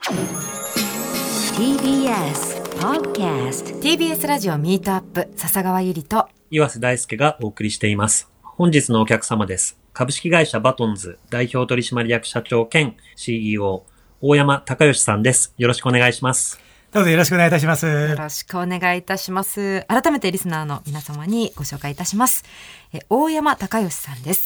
TBS Podcast TBS ラジオミートアップ笹川ゆりと岩瀬大輔がお送りしています。本日のお客様です。株式会社バトンズ代表取締役社長兼 CEO 大山隆義さんです。よろしくお願いします。 どうぞよろしくお願いいたします。 よろしくお願いいたします。改めてリスナーの皆様にご紹介いたします。大山隆義さんです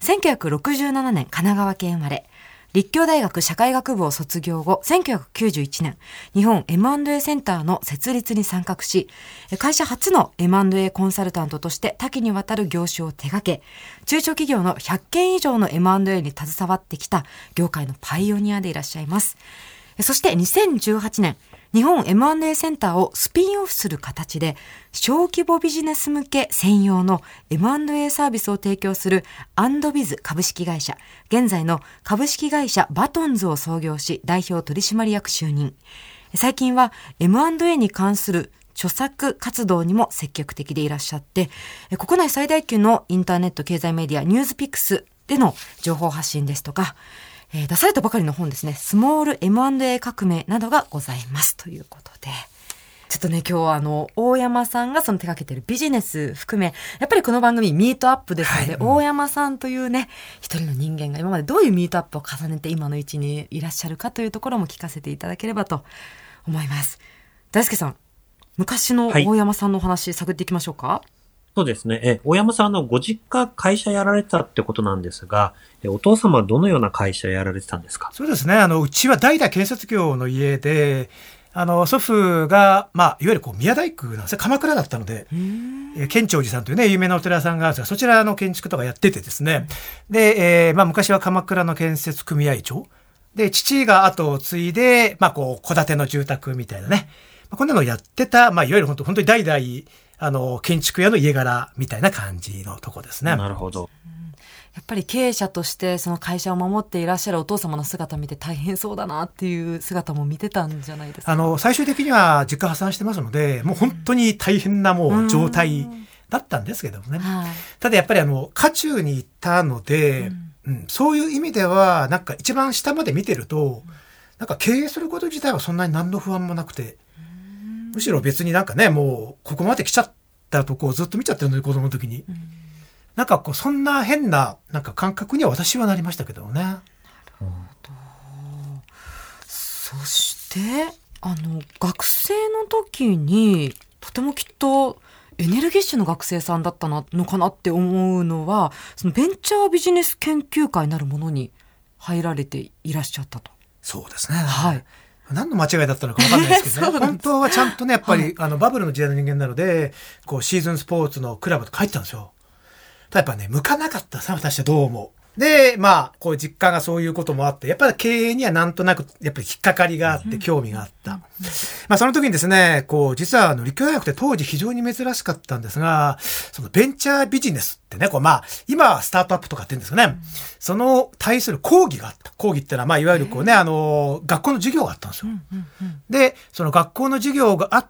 。1967年神奈川県生まれ、立教大学社会学部を卒業後、1991年、日本 M&A センターの設立に参画し、会社初の M&A コンサルタントとして多岐にわたる業種を手掛け、中小企業の100件以上の M&A に携わってきた業界のパイオニアでいらっしゃいます。そして2018年、日本 M&A センターをスピンオフする形で小規模ビジネス向け専用の M&A サービスを提供するアンドビズ株式会社、現在の株式会社バトンズを創業し代表取締役就任。最近は M&A に関する著作活動にも積極的でいらっしゃって、国内最大級のインターネット経済メディアニュースピックスでの情報発信ですとか、出されたばかりの本ですね、スモール M&A 革命などがございますということで、ちょっとね今日は大山さんがその手掛けているビジネス含め、やっぱりこの番組ミートアップですので、大山さんというね一人の人間が今までどういうミートアップを重ねて今の位置にいらっしゃるかというところも聞かせていただければと思います。大輔さん、昔の大山さんのお話探っていきましょうか。 そうですね。大山さんご実家会社やられてたってことなんですが、お父様はどのような会社やられてたんですか？ そうですね。うちは代々建設業の家で、祖父が、いわゆる宮大工なんですね。鎌倉だったので、建長寺さんというね、有名なお寺さんがあるんですが、そちらの建築とかやっててですね。で、昔は鎌倉の建設組合長。で、父が後を継いで、戸建ての住宅みたいなね。こんなのをやってた、いわゆる本当に代々、建築屋の家柄みたいな感じのとこですね。 なるほど。 やっぱり経営者としてその会社を守っていらっしゃるお父様の姿を見て大変そうだなっていう姿も見てたんじゃないですか。 最終的には実家破産してますので、もう本当に大変なもう状態だったんですけどもね。ただやっぱり家中にいたので、そういう意味ではなんか一番下まで見てると、なんか経営すること自体はそんなに何の不安もなくて、むしろ別になんかね、もうここまで来ちゃったとこをずっと見ちゃってるので、子供の時に。なんかそんな変ななんか感覚には私はなりましたけどね。なるほど。そして学生の時にとてもきっとエネルギッシュの学生さんだったのかなって思うのは、そのベンチャービジネス研究会なるものに入られていらっしゃったと。 そうですね。 はい。 何の間違いだったのか分かんないですけどね。本当はちゃんとね、やっぱり、バブルの時代の人間なので、シーズンスポーツのクラブとか入ってたんですよ。ただやっぱね、向かなかったさ、私はどうも。で、実家がそういうこともあって、やっぱり経営にはなんとなく、やっぱり引っかかりがあって、興味があった。その時にですね、実は立教大学って当時非常に珍しかったんですが、そのベンチャービジネスってね、今はスタートアップとかって言うんですかね、その対する講義があった。講義ってのは、いわゆる学校の授業があったんですよ。で、その学校の授業があって、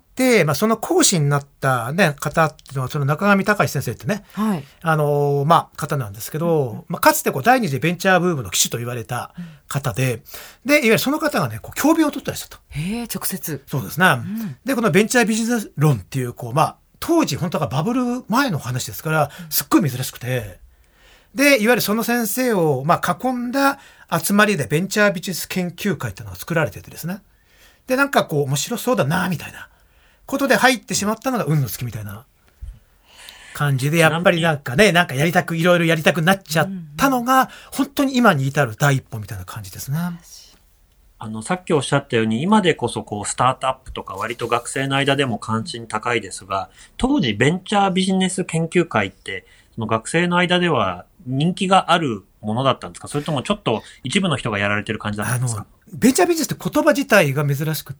その講師になったね、方っていうのは、その中上隆先生ってね、 はい、 方なんですけど、かつて第二次ベンチャーブームの旗手と言われた方で、で、いわゆるその方がね、教鞭を取ってらっしゃった。 直接。 そうですね。で、このベンチャービジネス論っていう、当時本当はバブル前の話ですから、すっごい珍しくて、で、いわゆるその先生を、囲んだ集まりでベンチャービジネス研究会っていうのが作られててですね。で、なんか面白そうだな、みたいなことで入ってしまったのが運の尽きみたいな感じで、やっぱりなんかね、いろいろやりたくなっちゃったのが、本当に今に至る第一歩みたいな感じですね。 さっきおっしゃったように、今でこそスタートアップとか割と学生の間でも関心高いですが、当時ベンチャービジネス研究会って、その学生の間では人気があるものだったんですか？それともちょっと一部の人がやられてる感じだったんですか？ ベンチャービジネスって言葉自体が珍しくって、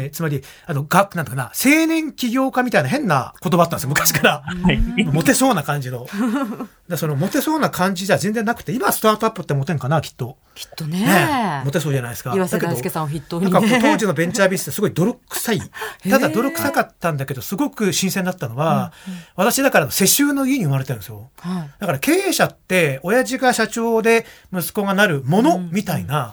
つまり、なんだかな、青年起業家みたいな変な言葉あったんですよ、昔から。モテそうな感じの。そのモテそうな感じじゃ全然なくて、今スタートアップってモテんかな、きっと。 きっとね。 モテそうじゃないですか。 岩瀬大輔さんを筆頭にね。 なんか当時のベンチャービジネスってすごい泥臭い。ただ泥臭かったんだけど、すごく新鮮だったのは、私だから世襲の家に生まれてるんですよ。だから経営者って、親父が社長で息子がなるものみたいな、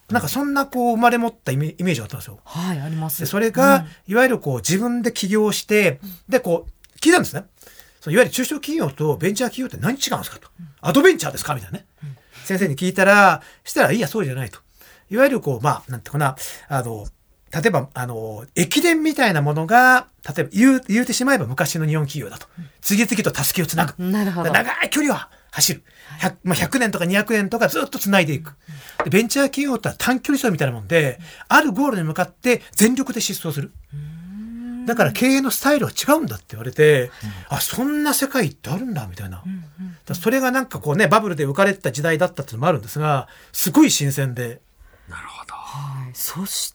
なんかそんなこう生まれ持ったイメージがあったんですよ。 はい、あります。 でそれが、いわゆるこう自分で起業して、でこう聞いたんですね。そのいわゆる中小企業とベンチャー企業って何違うんですかと。アドベンチャーですかみたいなね。先生に聞いたら、したらいやそうじゃないと。いわゆるこうなんていうかな、例えば駅伝みたいなものが例えば言うてしまえば昔の日本企業だと。次々とタスキをつなぐ。 なるほど。 長い距離は走る。100年とか200年とかずっとつないでいく。でベンチャー企業って短距離走みたいなもんで、あるゴールに向かって全力で疾走する。だから経営のスタイルは違うんだって言われて、あ、そんな世界ってあるんだみたいな。それがなんかこうね、バブルで浮かれてた時代だったっていうのもあるんですが、すごい新鮮で。 なるほど。 はい、そして、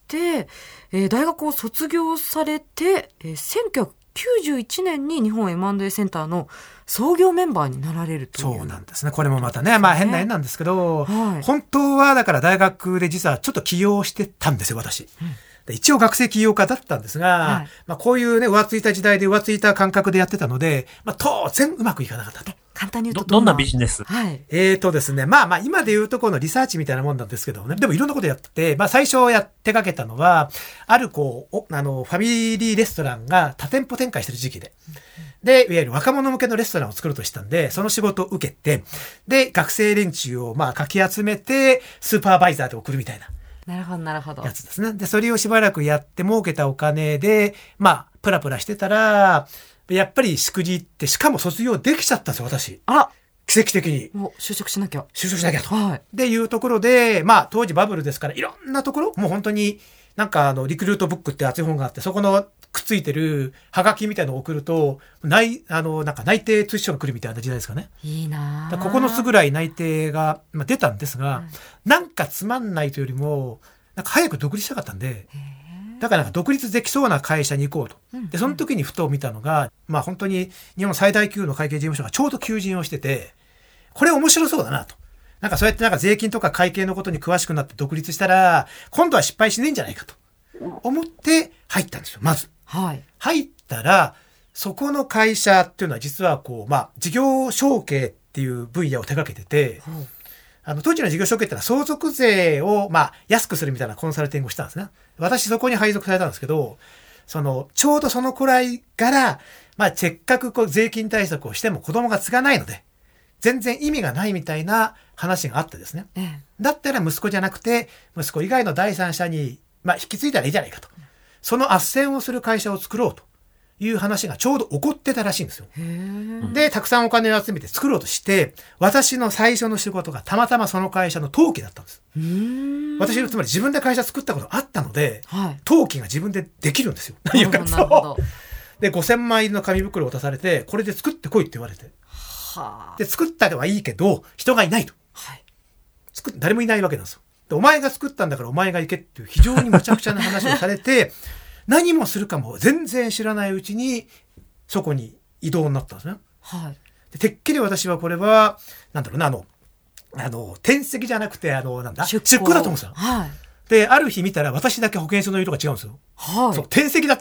大学を卒業されて、1991年に日本 M&A センターの創業メンバーになられるという。 そうなんですね。これもまたね、まあ変な縁なんですけど、 はい、 本当はだから大学で実はちょっと起業してたんですよ、私。で一応学生起業家だったんですが、 はい、 まあこういうね、浮ついた時代で浮ついた感覚でやってたので、まあ当然うまくいかなかったと。 簡単に言うとどんなビジネス？ はい。 ですね、まあ今で言うとこのリサーチみたいなもんなんですけどね、でもいろんなことやってて、まあ最初手掛けたのは、あるこう、ファミリーレストランが多店舗展開してる時期で、で、いわゆる若者向けのレストランを作ろうとしたんで、その仕事を受けて、で、学生連中をまあかき集めて、スーパーバイザーで送るみたいな。 なるほど、なるほど。 やつですね。で、それをしばらくやって儲けたお金で、まあ、プラプラしてたら、やっぱりしくじって、しかも卒業できちゃったんですよ、私。 あら、 奇跡的に。 もう就職しなきゃ。 就職しなきゃと。 はい。 で、いうところで、まあ、当時バブルですから、いろんなところ、もう本当に、なんかリクルートブックって熱い本があって、そこのくっついてるハガキみたいなのを送ると、なんか内定通知書が来るみたいな時代ですかね。 いいなぁ。 9つぐらい内定が、まあ、出たんですが、なんかつまんないというよりも、なんか早く独立したかったんで、だからなんか独立できそうな会社に行こうと。で、その時にふと見たのが、まあ本当に日本最大級の会計事務所がちょうど求人をしてて、これ面白そうだなと。なんかそうやってなんか税金とか会計のことに詳しくなって独立したら、今度は失敗しねえんじゃないかと思って入ったんですよ、まず。 はい。 入ったら、そこの会社っていうのは実はこう、まあ事業承継っていう分野を手掛けてて、当時の事業承継ってのは相続税をまあ安くするみたいなコンサルティングをしたんですね。私そこに配属されたんですけど、ちょうどそのくらいから、まあせっかくこう税金対策をしても子供が継がないので、全然意味がないみたいな話があってですね。だったら息子じゃなくて、息子以外の第三者に、まあ引き継いだらいいじゃないかと。その斡旋をする会社を作ろうという話がちょうど起こってたらしいんですよ。で、たくさんお金を集めて作ろうとして、私の最初の仕事がたまたまその会社の登記だったんです。私つまり自分で会社作ったことあったので、はい、登記が自分でできるんですよ。 なるほど。 で、5000枚の紙袋を渡されて、これで作ってこいって言われて。で、作ったはいいけど、人がいないと。はい、誰もいないわけなんですよ。で、お前が作ったんだからお前が行けっていう非常に無茶苦茶な話をされて、何もするかも全然知らないうちにそこに異動になったんですね。はい。で、てっきり私はこれはなんだろうな転籍じゃなくて出向だと思うんですよ。はい。で、ある日見たら私だけ保険証の色が違うんですよ。はい。そう、転籍だった。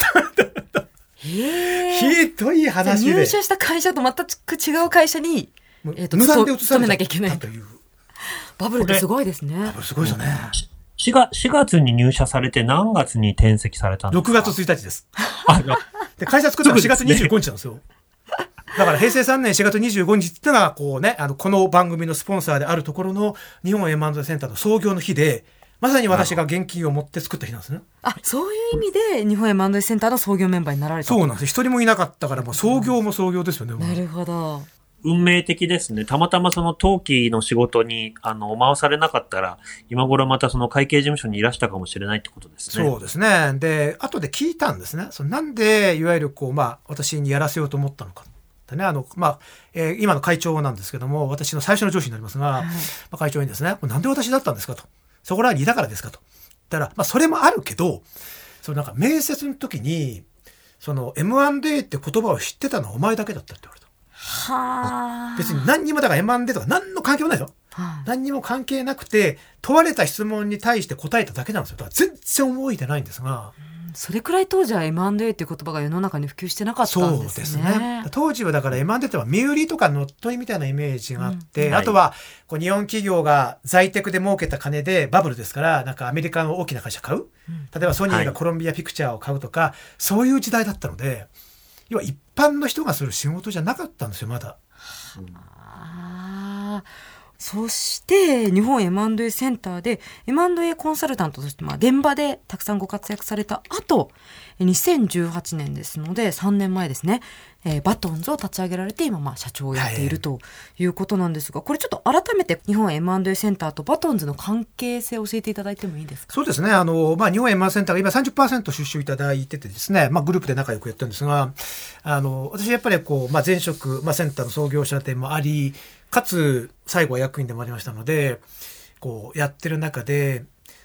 ひどい話で。 入社した会社と全く違う会社に無断で移されめなきゃいけないという。 バブルってすごいですね。 バブルすごいですよね。 4月に入社されて何月に転籍されたんですか？ 6月1日です。で、会社作ったのが4月25日なんですよ。だから平成3年4月25日っていうのがこうね、この番組のスポンサーであるところの日本 M&A センターの創業の日で、まさに私が現金を持って作った日なんですね。 あ、そういう意味で日本 M&A センターの創業メンバーになられた。 そうなんです。一人もいなかったからもう創業も創業ですよね。 なるほど。 運命的ですね。たまたまその登記の仕事にお回されなかったら、今頃またその会計事務所にいらしたかもしれないってことですね。 そうですね。で、後で聞いたんですね。なんでいわゆるこう私にやらせようと思ったのかってね、今の会長なんですけども、私の最初の上司になりますが、会長にですね、なんで私だったんですかと。そこらにいたからですかと。言ったら、それもあるけど、なんか面接の時にM&A って言葉を知ってたのはお前だけだったって言われた。 はあ。 別に何にもだから M&A とか何の関係もないよ。何にも関係なくて問われた質問に対して答えただけなんですよ。だから全然覚えてないんですが。 それくらい当時は M&A っていう言葉が世の中に普及してなかったんですね。 そうですね。当時はだから M&A っては身売りとか乗っ取りみたいなイメージがあって、 うん、 あとはこう日本企業が在宅で儲けた金でバブルですから、なんかアメリカの大きな会社買う、例えばソニーがコロンビアピクチャーを買うとか、そういう時代だったので、要は一般の人がする仕事じゃなかったんですよ、まだ。 そして日本 M&A センターで M&A コンサルタントとして現場でたくさんご活躍された後、2018年ですので3年前ですね、バトンズを立ち上げられて今社長をやっているということなんですが、これちょっと改めて日本 M&A センターとバトンズの関係性を教えていただいてもいいですか？ そうですね。日本 M&A センターが今 30% 出資いただいててですね、グループで仲良くやってるんですが、私やっぱり前職、センターの創業者でもあり、かつ最後は役員でもありましたので、やってる中で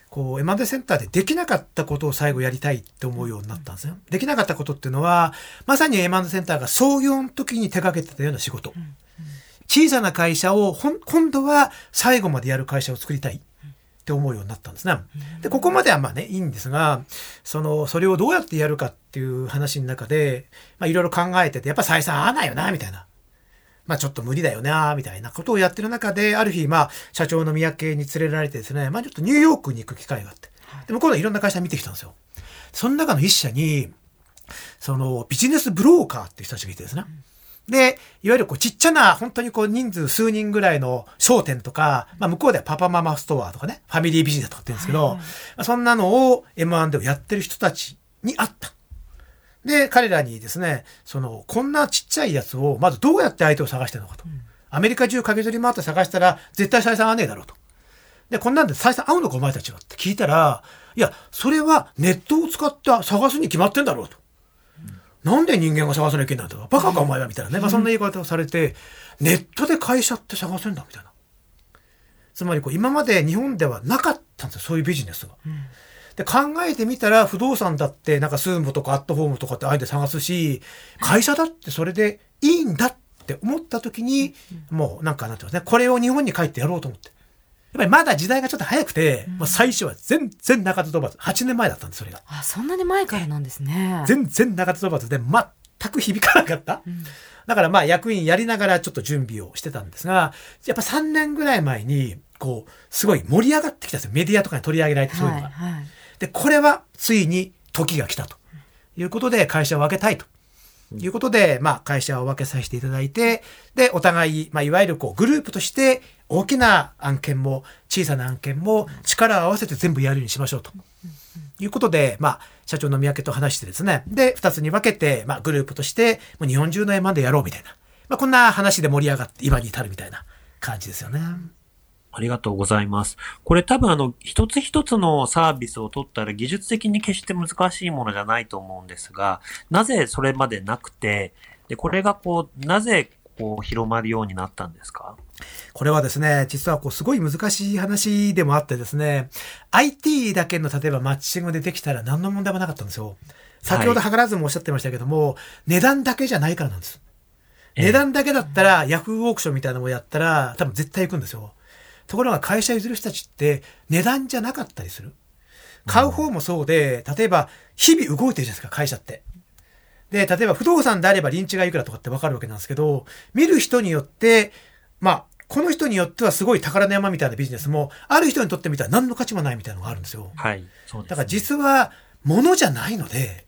M&A センターでできなかったことを最後やりたいって思うようになったんですよ。できなかったことっていうのはまさに M&A センターが創業の時に手掛けてたような仕事、小さな会社を今度は最後までやる会社を作りたいって思うようになったんですね。でここまではいいんですが、それをどうやってやるかっていう話の中でいろいろ考えてて、やっぱ採算合わないよなみたいな、ちょっと無理だよなみたいなことをやってる中で、ある日社長の三宅に連れられてですね、ちょっとニューヨークに行く機会があって、で向こうでいろんな会社見てきたんですよ。その中の一社にビジネスブローカーっていう人たちがいてですね、でいわゆるちっちゃな本当に人数数人ぐらいの商店とか、向こうではパパママストアとかね、ファミリービジネスとかって言うんですけど、そんなのを M&A をやってる人たちに会った。で彼らにですね、こんなちっちゃいやつをまずどうやって相手を探してるのかと、アメリカ中駆けずり回って探したら絶対採算合わねえだろうと。でこんなんで採算合うのかお前たちはって聞いたら、いやそれはネットを使って探すに決まってんだろうと、なんで人間が探さなきゃいけないんだろう、バカかお前はみたいなね、そんな言い方をされて、ネットで会社って探せんだみたいな。つまり今まで日本ではなかったんですよ、そういうビジネスが。で考えてみたら不動産だってなんかスーモとかアットホームとかってあえて探すし、会社だってそれでいいんだって思った時に、もうなんて言いますね、これを日本に帰ってやろうと思って、やっぱりまだ時代がちょっと早くて、最初は全然中津飛ばず、8年前だったんですそれが。 そんなに前からなんですね。 全然中津飛ばずで全く響かなかった、だから役員やりながらちょっと準備をしてたんですが、やっぱ3年ぐらい前にすごい盛り上がってきたんですよ、メディアとかに取り上げられて、そういうのが、でこれはついに時が来たということで会社を分けたいということで、会社を分けさせていただいて、でお互い、いわゆるグループとして大きな案件も小さな案件も力を合わせて全部やるようにしましょうということで、社長の三宅と話してですね、で2つに分けて、グループとしてもう日本中のM&Aでやろうみたいな、こんな話で盛り上がって今に至るみたいな感じですよね。 ありがとうございます。これ多分一つ一つのサービスを取ったら技術的に決して難しいものじゃないと思うんですが、なぜそれまでなくて、でこれがなぜ広まるようになったんですか？ これはですね、実はすごい難しい話でもあってですね、IT だけの例えばマッチングでできたら何の問題もなかったんですよ。先ほど図らずもおっしゃってましたけども、値段だけじゃないからなんです。値段だけだったらヤフーオークションみたいなのをやったら多分絶対行くんですよ。ところが会社譲る人たちって値段じゃなかったりする。買う方もそうで、例えば日々動いてるじゃないですか、会社って。で、例えば不動産であれば臨地がいくらとかって分かるわけなんですけど、見る人によって、この人によってはすごい宝の山みたいなビジネスも、ある人にとってみたら何の価値もないみたいなのがあるんですよ。 はい、そうですね。 だから実は物じゃないので、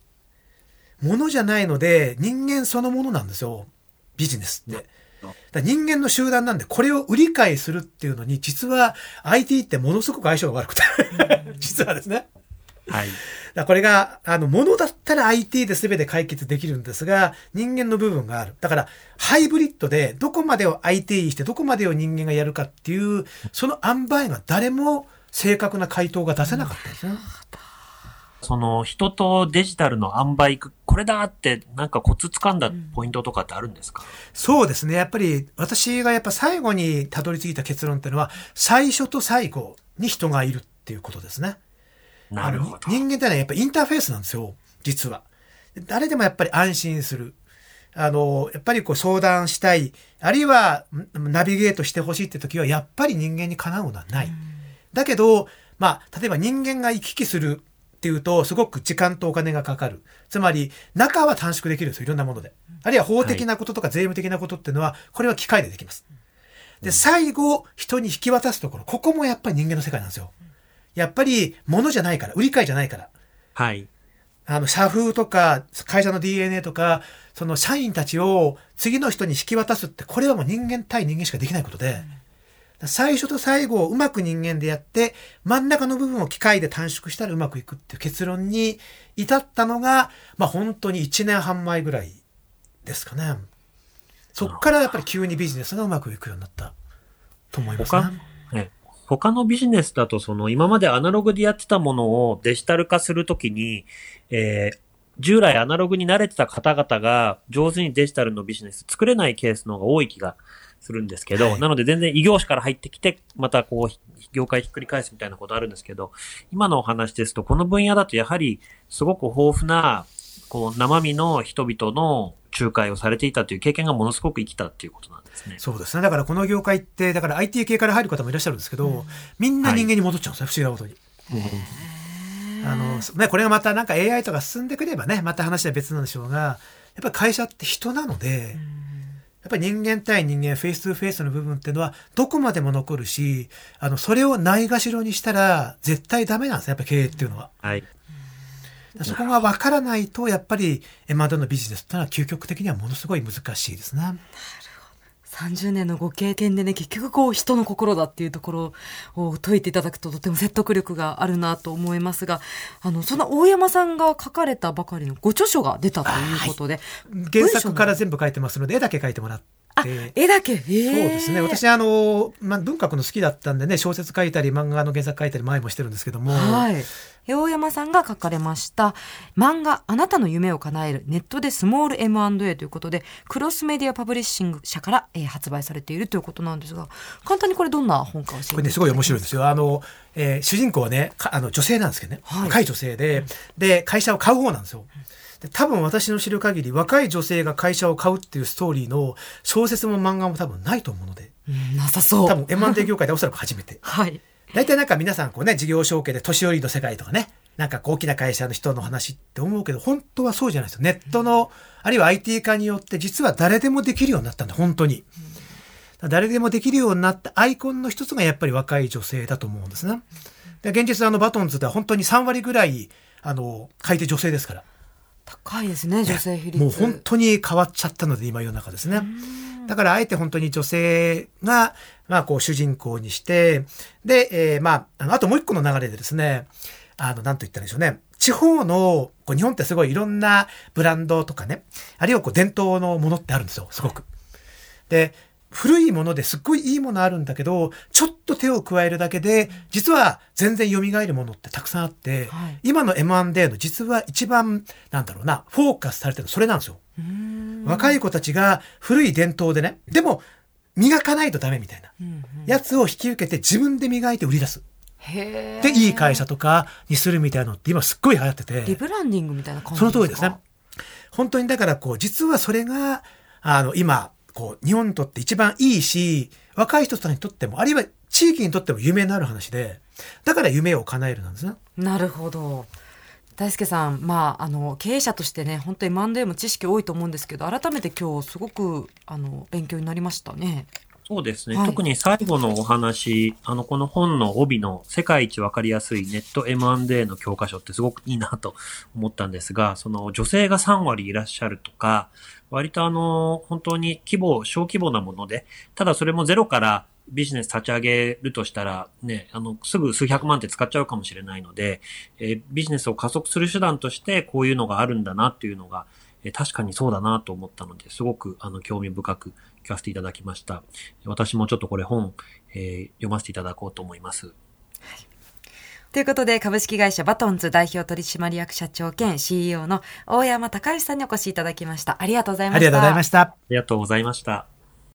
人間そのものなんですよ、ビジネスって。だ人間の集団なんで、これを売り買いするっていうのに、実は IT ってものすごく相性が悪くて実はですね。 はい。 だこれが物だったら IT で全て解決できるんですが、人間の部分がある。だからハイブリッドでどこまでを IT にしてどこまでを人間がやるかっていう、その塩梅が誰も正確な回答が出せなかったんですね。 人とデジタルの塩梅、これだってなんかコツ掴んだポイントとかってあるんですか？ そうですね。やっぱり私が最後にたどり着いた結論っていうのは、最初と最後に人がいるっていうことですね。 なるほど。 人間ってのはやっぱりインターフェースなんですよ、実は。誰でもやっぱり安心する。やっぱり相談したい、あるいはナビゲートしてほしいって時はやっぱり人間にかなうのはない。だけど、例えば人間が行き来するってっていうとすごく時間とお金がかかる。つまり中は短縮できるんですよ、いろんなもので。あるいは法的なこととか税務的なことっていうのは、これは機械でできます。で、最後人に引き渡すところ、ここもやっぱり人間の世界なんですよ。やっぱり物じゃないから、売り買いじゃないから。 はい。 社風とか会社の DNA とか、その社員たちを次の人に引き渡すって、これはもう人間対人間しかできないことで、最初と最後をうまく人間でやって、真ん中の部分を機械で短縮したらうまくいくっていう結論に至ったのが、本当に1年半前ぐらいですかね。そっからやっぱり急にビジネスがうまくいくようになったと思いますね。 他のビジネスだと、今までアナログでやってたものをデジタル化するときに、従来アナログに慣れてた方々が上手にデジタルのビジネス作れないケースの方が多い気がするんですけど、はい、なので全然異業種から入ってきて、また業界ひっくり返すみたいなことあるんですけど、今のお話ですと、この分野だとやはりすごく豊富な、生身の人々の仲介をされていたという経験がものすごく生きたっていうことなんですね。 そうですね。だからこの業界って、だから IT 系から入る方もいらっしゃるんですけど、みんな人間に戻っちゃうんですね、不思議なことに。これがまたなんか AI とか進んでくればね、また話は別なんでしょうが、やっぱり会社って人なので、やっぱり人間対人間、フェイストゥフェイスの部分っていうのはどこまでも残るし、それをないがしろにしたら絶対ダメなんですね、やっぱり経営っていうのは。 はい。 そこが分からないと、やっぱりM&Aのビジネスっていうのは究極的にはものすごい難しいですね。 30年のご経験でね、結局人の心だっていうところを解いていただくととても説得力があるなと思いますが、そんな大山さんが書かれたばかりのご著書が出たということで、 原作から全部書いてますので、絵だけ書いてもらって。 絵だけ、 そうですね。私文学の好きだったんでね、小説書いたり漫画の原作書いたり前もしてるんですけども、 はい、大山さんが書かれました漫画あなたの夢を叶えるネットでスモール M&A ということで、クロスメディアパブリッシング社から、発売されているということなんですが、簡単にこれどんな本か教えていただけますか？ これね、すごい面白いんですよ。主人公はね、女性なんですけどね、若い女性で会社を買う方なんですよ。で、多分私の知る限り若い女性が会社を買うっていうストーリーの小説も漫画も多分ないと思うので、 なさそう。 多分 M&A 業界でおそらく初めて。 はい。 大体なんか皆さん事業承継で年寄りの世界とかね、なんか大きな会社の人の話って思うけど、本当はそうじゃないですよ。ネットの、あるいは IT 化によって実は誰でもできるようになったんだ、本当に。誰でもできるようになったアイコンの一つがやっぱり若い女性だと思うんですね。で、現実バトンズでは本当に3割ぐらい、買い手女性ですから。 高いですね、女性比率。 もう本当に変わっちゃったので、今世の中ですね。だからあえて本当に女性が、主人公にして、で、あともう一個の流れでですね、なんと言ったらいいでしょうね。地方の、日本ってすごいいろんなブランドとかね、あるいは伝統のものってあるんですよ、すごく。で、古いものですっごいいいものあるんだけど、ちょっと手を加えるだけで、実は全然蘇るものってたくさんあって、今の M&A の実は一番、フォーカスされてるのそれなんですよ。若い子たちが古い伝統でね、でも磨かないとダメみたいなやつを引き受けて自分で磨いて売り出す。で、いい会社とかにするみたいなのって今すっごい流行ってて。 リブランディングみたいな感じですか？ その通りですね。本当にだから実はそれが、今、日本にとって一番いいし、若い人たちにとっても、あるいは地域にとっても夢のある話で、だから夢を叶えるなんですね。 なるほど。大輔さん、経営者としてね、本当にM&Aも知識多いと思うんですけど、改めて今日すごく勉強になりましたね。 そうですね。特に最後のお話、この本の帯の世界一わかりやすいネット M&A の教科書ってすごくいいなと思ったんですが、女性が3割いらっしゃるとか、割と本当に小規模なもので、ただそれもゼロからビジネス立ち上げるとしたらね、すぐ数百万って使っちゃうかもしれないので、ビジネスを加速する手段としてこういうのがあるんだなっていうのが、確かにそうだなと思ったので、すごく興味深く聞かせていただきました。私もちょっとこれ本、読ませていただこうと思います。 ということで、株式会社バトンズ代表取締役社長兼 CEO の大山孝義さんにお越しいただきました。ありがとうございました。 ありがとうございました。 ありがとうございました。